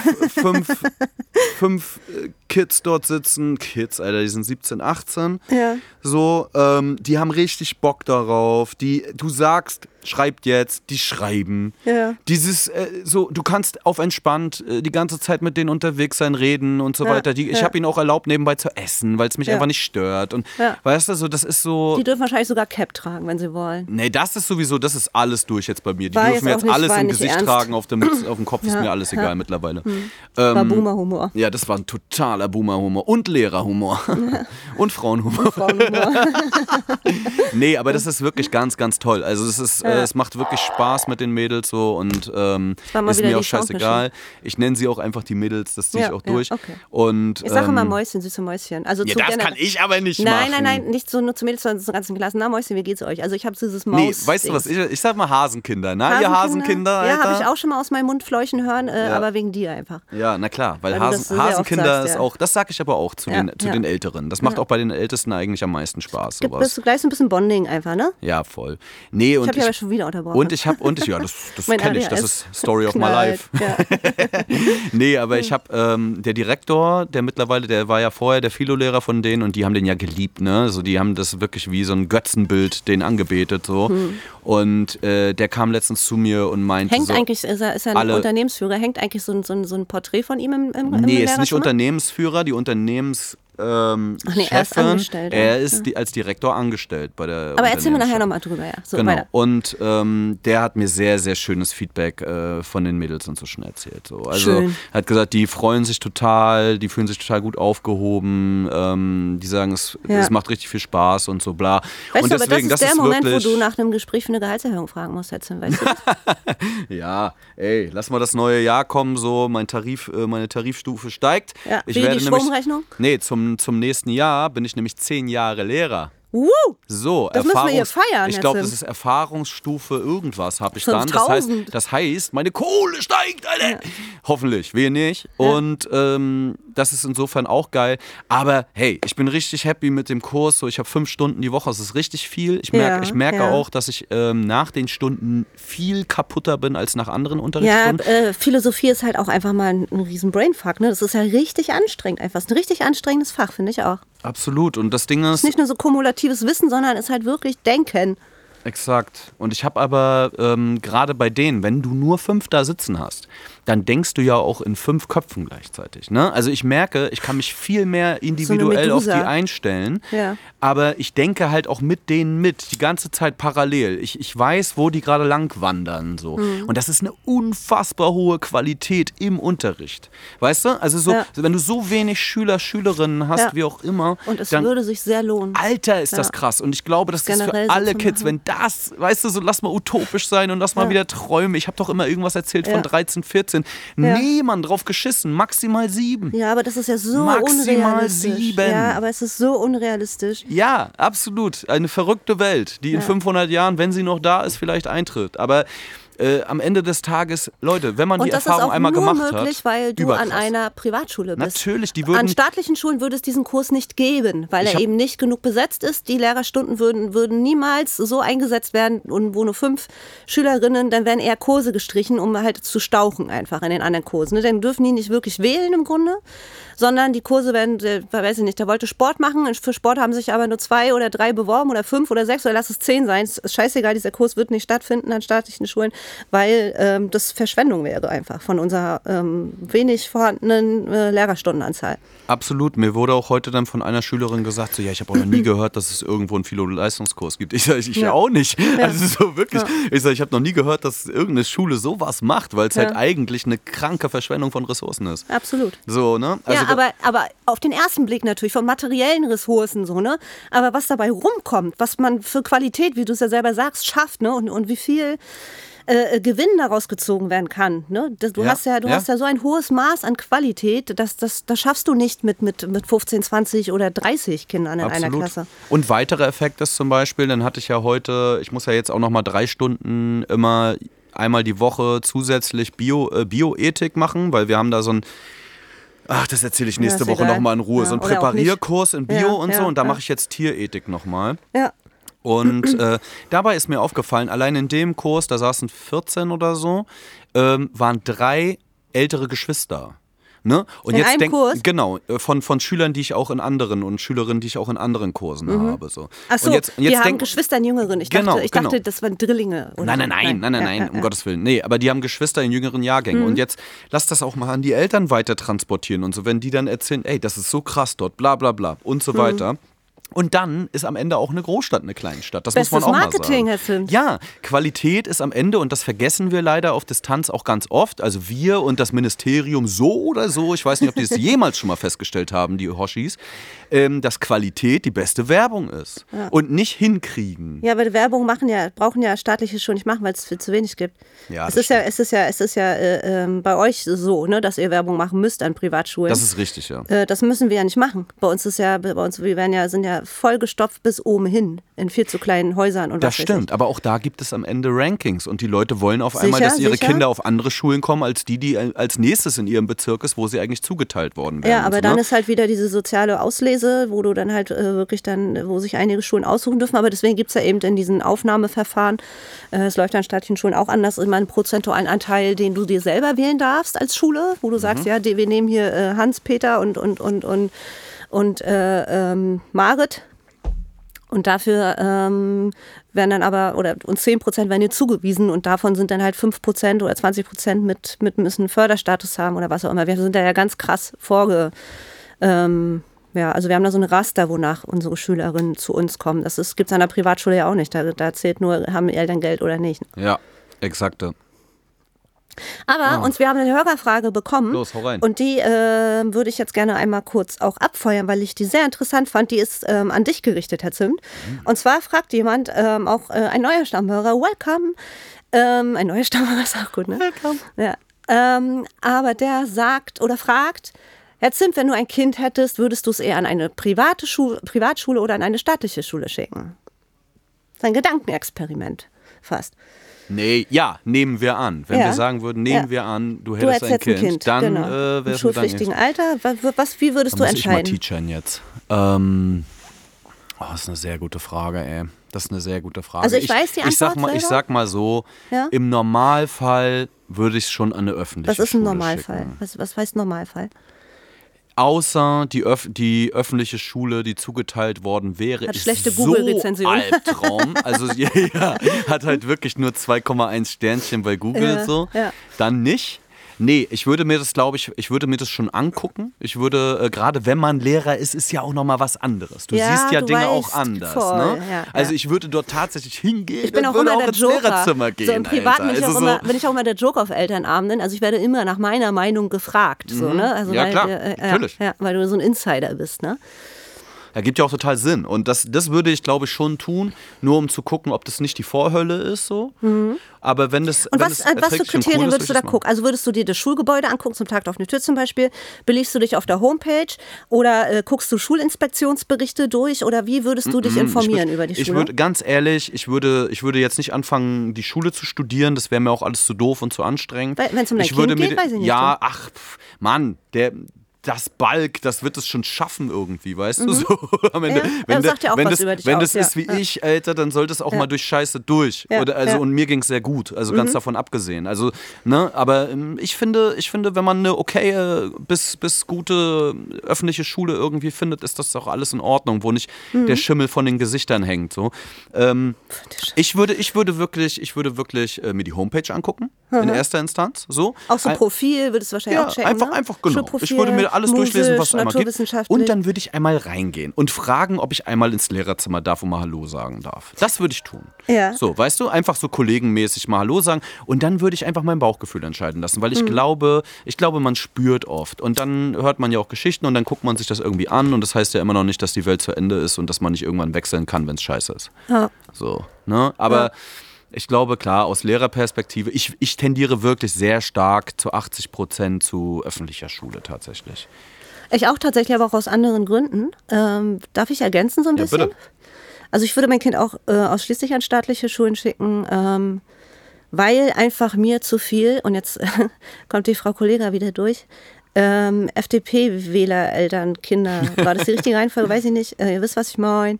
fünf Kids dort sitzen. Kids, Alter, die sind 17, 18. Ja. So, die haben richtig Bock darauf. Du sagst, schreibt jetzt, die schreiben. Ja. Du kannst auf entspannt die ganze Zeit mit denen unterwegs sein, reden und so weiter. Ich habe ihnen auch erlaubt, nebenbei zu essen, weil es mich einfach nicht stört. Und weißt du, so, das ist so... Die dürfen wahrscheinlich sogar Cap tragen, wenn sie wollen. Nee, das ist alles durch jetzt bei mir. Die dürfen jetzt alles im Gesicht tragen, auf dem Kopf ist mir alles egal mittlerweile. War Boomer-Humor. Ja, das war ein totaler Boomer-Humor und Lehrerhumor. Und Frauenhumor. Nee, aber das ist wirklich ganz, ganz toll. Also es macht wirklich Spaß mit den Mädels so, und ist mir auch scheißegal. Ich nenne sie auch einfach die Mädels, das ziehe ich auch durch. Okay. Und, ich sage immer Mäuschen, süße Mäuschen. Also das kann ich aber nicht machen. Nein, nicht so nur zu Mädels, sondern zur ganzen Klasse. Na Mäuschen, wie geht's euch? Also ich habe dieses Maus. Nee, weißt du was, ich sag mal Hasenkinder, ne? Ihr Hasenkinder, Alter. Ja, habe ich auch schon mal aus meinem Mund fleuchen hören, aber wegen dir einfach. Ja, na klar, weil Hasenkinder ist auch, das sage ich aber auch zu den Älteren. Das macht auch bei den Ältesten eigentlich am meisten Spaß. Bist du gleich so ein bisschen Bonding einfach, ne? Ja, voll. Nee, ich habe ja aber schon wieder unterbrochen. Und das kenne ich, das ist Story of my life. Ja. Nee, aber ich habe der Direktor, der war ja vorher der Philo-Lehrer von denen, und die haben den ja geliebt, ne? So, die haben das wirklich wie so ein Götzenbild den angebetet, so. Und der kam letztens zu mir und meinte ist er ein Unternehmensführer, hängt eigentlich so ein Porträt von ihm im Nee, ist nicht Unternehmensführer, die Chefin, er ist als Direktor angestellt bei der. Aber erzähl mir nachher nochmal drüber, ja. So, genau. Weiter. Und der hat mir sehr, sehr schönes Feedback von den Mädels und so schon erzählt. So. Also er hat gesagt, die freuen sich total, die fühlen sich total gut aufgehoben, die sagen, es macht richtig viel Spaß und so bla. Weißt und deswegen, aber das ist der Moment, wo du nach einem Gespräch für eine Gehaltserhöhung fragen musst, weißt du das? Ja, ey, lass mal das neue Jahr kommen, so meine Tarifstufe steigt. Ja. Wie die Stromrechnung? Nee, zum nächsten Jahr bin ich nämlich 10 Jahre Lehrer. So, das müssen wir hier feiern. Ich glaube, das ist Erfahrungsstufe irgendwas habe ich dann. Das heißt, meine Kohle steigt, Alter. Ja. Hoffentlich, wir nicht. Ja. Und das ist insofern auch geil. Aber hey, ich bin richtig happy mit dem Kurs. So, ich habe 5 Stunden die Woche, das ist richtig viel. Ich merke auch, dass ich nach den Stunden viel kaputter bin als nach anderen Unterrichtsstunden. Ja, Philosophie ist halt auch einfach mal ein riesen Brainfuck. Ne? Das ist ja richtig anstrengend einfach. Das ist ein richtig anstrengendes Fach, finde ich auch. Absolut. Und das Ding ist... Nicht nur so kumulatives Wissen, sondern ist halt wirklich Denken. Exakt. Und ich habe aber gerade bei denen, wenn du nur 5 da sitzen hast, dann denkst du ja auch in 5 Köpfen gleichzeitig. Ne? Also ich merke, ich kann mich viel mehr individuell auf die einstellen, aber ich denke halt auch mit denen die ganze Zeit parallel. Ich weiß, wo die gerade lang wandern. So. Und das ist eine unfassbar hohe Qualität im Unterricht. Weißt du? Also so, wenn du so wenig Schüler, Schülerinnen hast, wie auch immer. Und es würde sich sehr lohnen. Alter, ist das krass. Und ich glaube, das ist für alle Kids, wenn das, weißt du, so lass mal utopisch sein und lass mal wieder träumen. Ich habe doch immer irgendwas erzählt von 13, 14. Nee, Mann, drauf geschissen. Maximal 7. Ja, aber das ist ja so unrealistisch. Maximal 7. Ja, aber es ist so unrealistisch. Ja, absolut. Eine verrückte Welt, die in 500 Jahren, wenn sie noch da ist, vielleicht eintritt. Aber am Ende des Tages, Leute, wenn man die Erfahrung einmal gemacht hat. Und das ist auch nur möglich, weil du an einer Privatschule bist. Natürlich, an staatlichen Schulen würde es diesen Kurs nicht geben, weil er eben nicht genug besetzt ist. Die Lehrerstunden würden niemals so eingesetzt werden, und wo nur 5 Schülerinnen, dann werden eher Kurse gestrichen, um halt zu stauchen einfach in den anderen Kursen. Ne? Dann dürfen die nicht wirklich wählen im Grunde, sondern die Kurse werden, weiß ich nicht, der wollte Sport machen, für Sport haben sich aber nur 2 oder 3 beworben oder 5 oder 6 oder lass es 10 sein. Es ist scheißegal, dieser Kurs wird nicht stattfinden an staatlichen Schulen, weil das Verschwendung wäre einfach von unserer wenig vorhandenen Lehrerstundenanzahl. Absolut. Mir wurde auch heute dann von einer Schülerin gesagt, so, ja, ich habe auch noch nie gehört, dass es irgendwo einen Philo-Leistungskurs gibt. Ich sage, ich auch nicht. Ja. Also so wirklich. Ja. Ich sage, ich habe noch nie gehört, dass irgendeine Schule sowas macht, weil es halt eigentlich eine kranke Verschwendung von Ressourcen ist. Absolut. So, ne? Also aber auf den ersten Blick natürlich von materiellen Ressourcen so, ne? Aber was dabei rumkommt, was man für Qualität, wie du es ja selber sagst, schafft, ne? Und wie viel Gewinn daraus gezogen werden kann. Ne? Du hast ja so ein hohes Maß an Qualität, das schaffst du nicht mit 15, 20 oder 30 Kindern in einer Klasse. Und weiterer Effekt ist zum Beispiel, dann hatte ich ja heute, ich muss ja jetzt auch nochmal 3 Stunden immer einmal die Woche zusätzlich Bioethik machen, weil wir haben da so ein das erzähle ich nächste Woche nochmal in Ruhe. So ein Präparierkurs in Bio und so. Und da mache ich jetzt Tierethik nochmal. Ja. Und dabei ist mir aufgefallen, allein in dem Kurs, da saßen 14 oder so, waren 3 ältere Geschwister. Ne? Und in einem Kurs? Genau, von Schülern, die ich auch in anderen und Schülerinnen, die ich auch in anderen Kursen habe. So. Ach so, die haben Geschwister in jüngeren. Ich dachte, das waren Drillinge. Oder Nein, um Gottes Willen. Nee, aber die haben Geschwister in jüngeren Jahrgängen. Und jetzt lass das auch mal an die Eltern weiter transportieren und so. Wenn die dann erzählen, ey, das ist so krass dort, bla bla bla und so weiter. Und dann ist am Ende auch eine Großstadt eine Kleinstadt. Das muss man auch Marketing, mal sagen. Herr Zimt. Ja, Qualität ist am Ende, und das vergessen wir leider auf Distanz auch ganz oft, also wir und das Ministerium so oder so, ich weiß nicht, ob die es jemals schon mal festgestellt haben, die Hoshis, dass Qualität die beste Werbung ist und nicht hinkriegen. Ja, aber Werbung brauchen ja staatliche Schulen nicht machen, weil es viel zu wenig gibt. Ja, es ist ja bei euch so, ne, dass ihr Werbung machen müsst an Privatschulen. Das ist richtig, ja. Das müssen wir ja nicht machen. Wir sind ja vollgestopft bis oben hin in viel zu kleinen Häusern. Und das stimmt, aber auch da gibt es am Ende Rankings und die Leute wollen auf einmal, dass ihre Kinder auf andere Schulen kommen, als die als nächstes in ihrem Bezirk ist, wo sie eigentlich zugeteilt worden wären. Ja, aber dann ist halt wieder diese soziale Auslese, wo du dann halt wo sich einige Schulen aussuchen dürfen, aber deswegen gibt es ja eben in diesen Aufnahmeverfahren, es läuft an staatlichen Schulen auch anders, immer einen prozentualen Anteil, den du dir selber wählen darfst als Schule, wo du sagst, ja, wir nehmen hier Hans, Peter und Marit. Und dafür werden dann aber, oder uns 10% werden dir zugewiesen und davon sind dann halt 5% oder 20% mit müssen Förderstatus haben oder was auch immer. Wir sind da ja ganz krass also wir haben da so eine Raster, wonach unsere Schülerinnen zu uns kommen. Das gibt es an der Privatschule ja auch nicht. Da zählt nur, haben Eltern Geld oder nicht. Ja, exakte. Aber wir haben eine Hörerfrage bekommen. Los, hau rein. Und die würde ich jetzt gerne einmal kurz auch abfeuern, weil ich die sehr interessant fand. Die ist an dich gerichtet, Herr Zimt. Und zwar fragt jemand, auch ein neuer Stammhörer, welcome. Ein neuer Stammhörer ist auch gut, ne? Welcome. Ja. Aber der sagt oder fragt, Herr Zimt, wenn du ein Kind hättest, würdest du es eher an eine Privatschule oder an eine staatliche Schule schicken? Das ist ein Gedankenexperiment fast. Nee, nehmen wir an. Wenn wir sagen würden, nehmen wir an, du hättest ein Kind, dann wäre es im schulpflichtigen Alter. Wie würdest du entscheiden? Muss ich mal teachern jetzt. Das ist eine sehr gute Frage, ey. Das ist eine sehr gute Frage. Also ich weiß die Antwort ich sag mal so, im Normalfall würde ich es schon an eine öffentliche Schule schicken. Was ist ein Normalfall? Was heißt Normalfall? Außer die öffentliche Schule, die zugeteilt worden wäre, hat ist schlechte so Google-Rezension. Albtraum. Also hat halt wirklich nur 2,1 Sternchen bei Google Dann nicht. Nee, ich würde mir das schon angucken. Ich würde, gerade wenn man Lehrer ist ja auch nochmal was anderes. Du siehst ja Dinge auch anders. Voll, ne? Also ich würde dort tatsächlich hingehen und würde auch ins Lehrerzimmer gehen. So im Privaten bin ich auch immer der Joker auf Elternabenden. Also ich werde immer nach meiner Meinung gefragt. So, ne? Also ja, klar, natürlich. Weil du so ein Insider bist, ne? Ja, gibt ja auch total Sinn. Und das würde ich, glaube ich, schon tun, nur um zu gucken, ob das nicht die Vorhölle ist. So. Aber wenn das. Und was für Kriterien würdest du da gucken? Also würdest du dir das Schulgebäude angucken, zum Tag der offenen Tür zum Beispiel? Beliefst du dich auf der Homepage? Oder guckst du Schulinspektionsberichte durch? Oder wie würdest du dich informieren über die Schule? Ich würde, ganz ehrlich, ich würde jetzt nicht anfangen, die Schule zu studieren. Das wäre mir auch alles zu doof und zu anstrengend. Wenn es um dein Kind geht, weiß ich nicht. Ja, Mann, das Balk, das wird es schon schaffen irgendwie, weißt du? So, am Ende, wenn das ist wie ich, Alter, dann sollte es auch mal durch Scheiße durch. Und mir ging es sehr gut, also ganz davon abgesehen. Also, ne, aber ich finde, wenn man eine okaye bis gute öffentliche Schule irgendwie findet, ist das auch alles in Ordnung, wo nicht der Schimmel von den Gesichtern hängt. So. Ich würde wirklich mir die Homepage angucken, in erster Instanz. So. Auch so Profil würdest du wahrscheinlich auch checken, einfach genau. Ich würde mir alles durchlesen, was es einmal gibt. Und dann würde ich einmal reingehen und fragen, ob ich einmal ins Lehrerzimmer darf und mal Hallo sagen darf. Das würde ich tun. Ja. So, weißt du, einfach so kollegenmäßig mal Hallo sagen. Und dann würde ich einfach mein Bauchgefühl entscheiden lassen, weil ich glaube, man spürt oft. Und dann hört man ja auch Geschichten und dann guckt man sich das irgendwie an. Und das heißt ja immer noch nicht, dass die Welt zu Ende ist und dass man nicht irgendwann wechseln kann, wenn es scheiße ist. Ja. So, ne? Aber ich glaube, klar, aus Lehrerperspektive, ich tendiere wirklich sehr stark zu 80% zu öffentlicher Schule tatsächlich. Ich auch tatsächlich, aber auch aus anderen Gründen. Darf ich ergänzen so ein bisschen? Bitte. Also ich würde mein Kind auch ausschließlich an staatliche Schulen schicken, weil einfach mir zu viel, und jetzt kommt die Frau Kollega wieder durch, FDP-Wähler, Eltern, Kinder, war das die richtige Reihenfolge, weiß ich nicht, ihr wisst, was ich meine,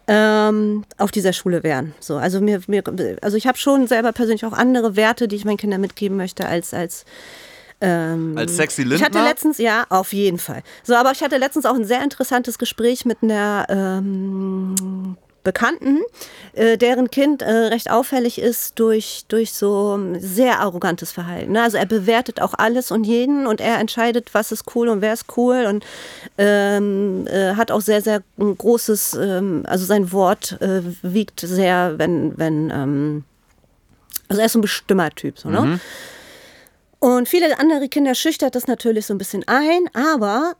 auf dieser Schule wären. So, also ich habe schon selber persönlich auch andere Werte, die ich meinen Kindern mitgeben möchte, als sexy Lindner? Ich hatte letztens, ja, auf jeden Fall. So, aber ich hatte letztens auch ein sehr interessantes Gespräch mit einer Bekannten, deren Kind recht auffällig ist durch so sehr arrogantes Verhalten. Ne? Also er bewertet auch alles und jeden und er entscheidet, was ist cool und wer ist cool und hat auch sehr, sehr ein großes, also sein Wort wiegt sehr, wenn also er ist so ein Bestimmertyp. So, ne? Und viele andere Kinder schüchtert das natürlich so ein bisschen ein, aber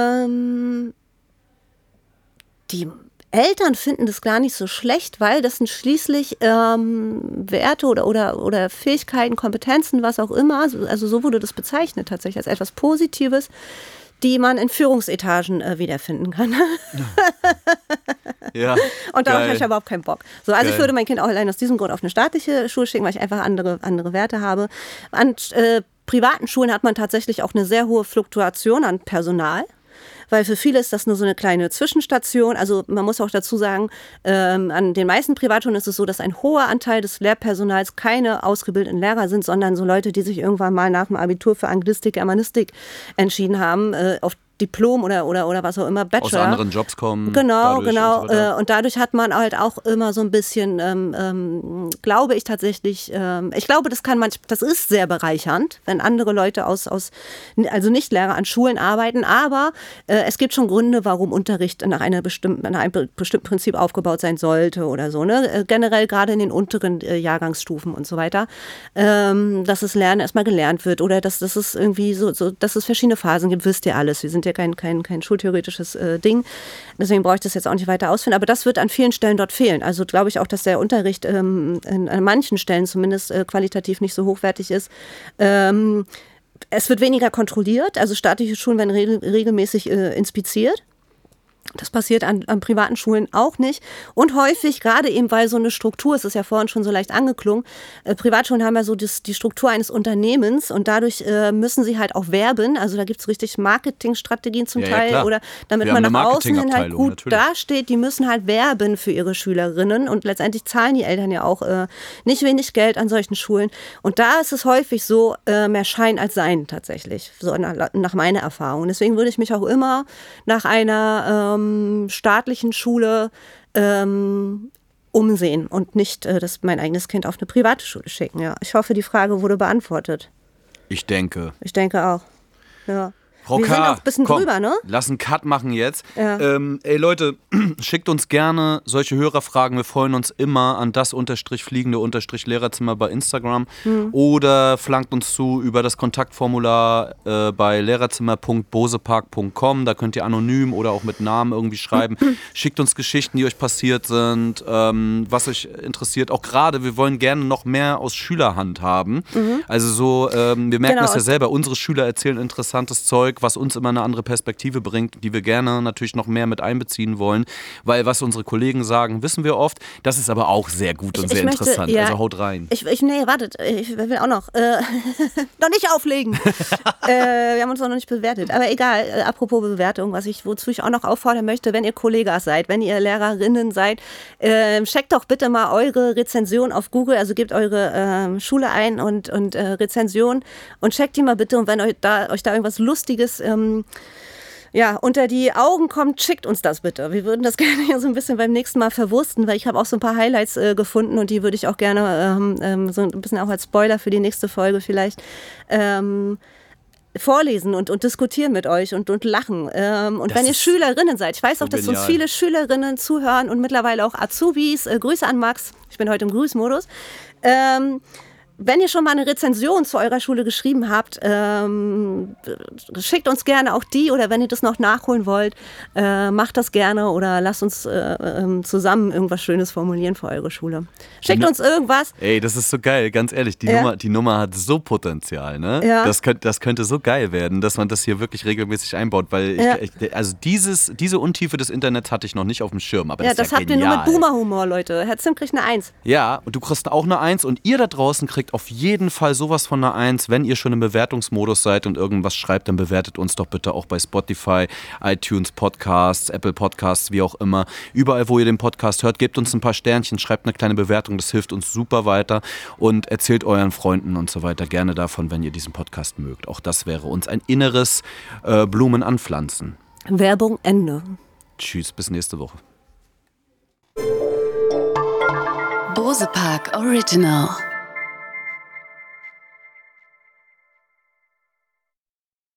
die Eltern finden das gar nicht so schlecht, weil das sind schließlich Werte oder Fähigkeiten, Kompetenzen, was auch immer, also so wurde das bezeichnet tatsächlich als etwas Positives, die man in Führungsetagen wiederfinden kann. Ja, und darauf habe ich überhaupt keinen Bock. So, also ich würde mein Kind auch allein aus diesem Grund auf eine staatliche Schule schicken, weil ich einfach andere Werte habe. An privaten Schulen hat man tatsächlich auch eine sehr hohe Fluktuation an Personal. Weil für viele ist das nur so eine kleine Zwischenstation. Also man muss auch dazu sagen, an den meisten Privatschulen ist es so, dass ein hoher Anteil des Lehrpersonals keine ausgebildeten Lehrer sind, sondern so Leute, die sich irgendwann mal nach dem Abitur für Anglistik, Germanistik entschieden haben, auf Diplom oder was auch immer, Bachelor. Aus anderen Jobs kommen. Genau. Und dadurch hat man halt auch immer so ein bisschen, glaube ich tatsächlich, ich glaube, das ist sehr bereichernd, wenn andere Leute also Nicht-Lehrer an Schulen arbeiten, aber es gibt schon Gründe, warum Unterricht nach einem bestimmten Prinzip aufgebaut sein sollte oder so, ne? Generell gerade in den unteren Jahrgangsstufen und so weiter, dass das Lernen erstmal gelernt wird oder dass es irgendwie so, dass es verschiedene Phasen gibt, wisst ihr alles. Wir sind ja kein schultheoretisches Ding. Deswegen brauche ich das jetzt auch nicht weiter ausführen. Aber das wird an vielen Stellen dort fehlen. Also glaube ich auch, dass der Unterricht an manchen Stellen zumindest qualitativ nicht so hochwertig ist. Es wird weniger kontrolliert. Also staatliche Schulen werden regelmäßig inspiziert. Das passiert an privaten Schulen auch nicht. Und häufig, gerade eben, weil so eine Struktur, es ist ja vorhin schon so leicht angeklungen, Privatschulen haben ja so die Struktur eines Unternehmens und dadurch müssen sie halt auch werben. Also da gibt es richtig Marketingstrategien zum Teil. Klar. Oder damit man nach außen hin halt gut dasteht. Die müssen halt werben für ihre Schülerinnen und letztendlich zahlen die Eltern ja auch nicht wenig Geld an solchen Schulen. Und da ist es häufig so, mehr Schein als Sein tatsächlich, so nach meiner Erfahrung. Deswegen würde ich mich auch immer nach einer staatlichen Schule umsehen und nicht mein eigenes Kind auf eine private Schule schicken. Ja. Ich hoffe, die Frage wurde beantwortet. Ich denke. Ich denke auch, ja. Frau Wir K., sind auch ein bisschen drüber, ne? Lass einen Cut machen jetzt. Ja. Ey Leute, schickt uns gerne solche Hörerfragen. Wir freuen uns immer an das_fliegende_Lehrerzimmer bei Instagram oder flankt uns zu über das Kontaktformular bei lehrerzimmer.bosepark.com. Da könnt ihr anonym oder auch mit Namen irgendwie schreiben. Schickt uns Geschichten, die euch passiert sind, was euch interessiert. Auch gerade, wir wollen gerne noch mehr aus Schülerhand haben. Also so, wir merken das ja selber. Unsere Schüler erzählen interessantes Zeug, was uns immer eine andere Perspektive bringt, die wir gerne natürlich noch mehr mit einbeziehen wollen, weil was unsere Kollegen sagen, wissen wir oft. Das ist aber auch sehr gut und sehr interessant. Ja, also haut rein. Nee, wartet, ich will auch noch noch nicht auflegen. Wir haben uns noch nicht bewertet, aber egal, apropos Bewertung, wozu ich auch noch auffordern möchte, wenn ihr Kollegas seid, wenn ihr Lehrerinnen seid, checkt doch bitte mal eure Rezension auf Google, also gebt eure Schule ein und Rezension und checkt die mal bitte, und wenn euch da irgendwas Lustiges unter die Augen kommt, schickt uns das bitte. Wir würden das gerne hier so ein bisschen beim nächsten Mal verwursten, weil ich habe auch so ein paar Highlights gefunden und die würde ich auch gerne so ein bisschen auch als Spoiler für die nächste Folge vielleicht vorlesen und diskutieren mit euch und lachen. Und wenn ihr Schülerinnen seid, ich weiß auch, dass uns viele Schülerinnen zuhören und mittlerweile auch Azubis. Grüße an Max, ich bin heute im Grüßmodus. Wenn ihr schon mal eine Rezension zu eurer Schule geschrieben habt, schickt uns gerne auch die, oder wenn ihr das noch nachholen wollt, macht das gerne oder lasst uns zusammen irgendwas Schönes formulieren für eure Schule. Schickt uns irgendwas. Ey, das ist so geil, ganz ehrlich, die Nummer hat so Potenzial, ne? Ja. Das könnte so geil werden, dass man das hier wirklich regelmäßig einbaut, weil also diese Untiefe des Internets hatte ich noch nicht auf dem Schirm, aber das habt ihr nur mit Boomer-Humor, Leute. Herr Zimt kriegt eine 1. Ja, und du kriegst auch eine 1 und ihr da draußen kriegt auf jeden Fall sowas von einer 1. Wenn ihr schon im Bewertungsmodus seid und irgendwas schreibt, dann bewertet uns doch bitte auch bei Spotify, iTunes Podcasts, Apple Podcasts, wie auch immer. Überall, wo ihr den Podcast hört, gebt uns ein paar Sternchen, schreibt eine kleine Bewertung, das hilft uns super weiter, und erzählt euren Freunden und so weiter gerne davon, wenn ihr diesen Podcast mögt. Auch das wäre uns ein inneres Blumen anpflanzen. Werbung Ende. Tschüss, bis nächste Woche. Bosepark Original.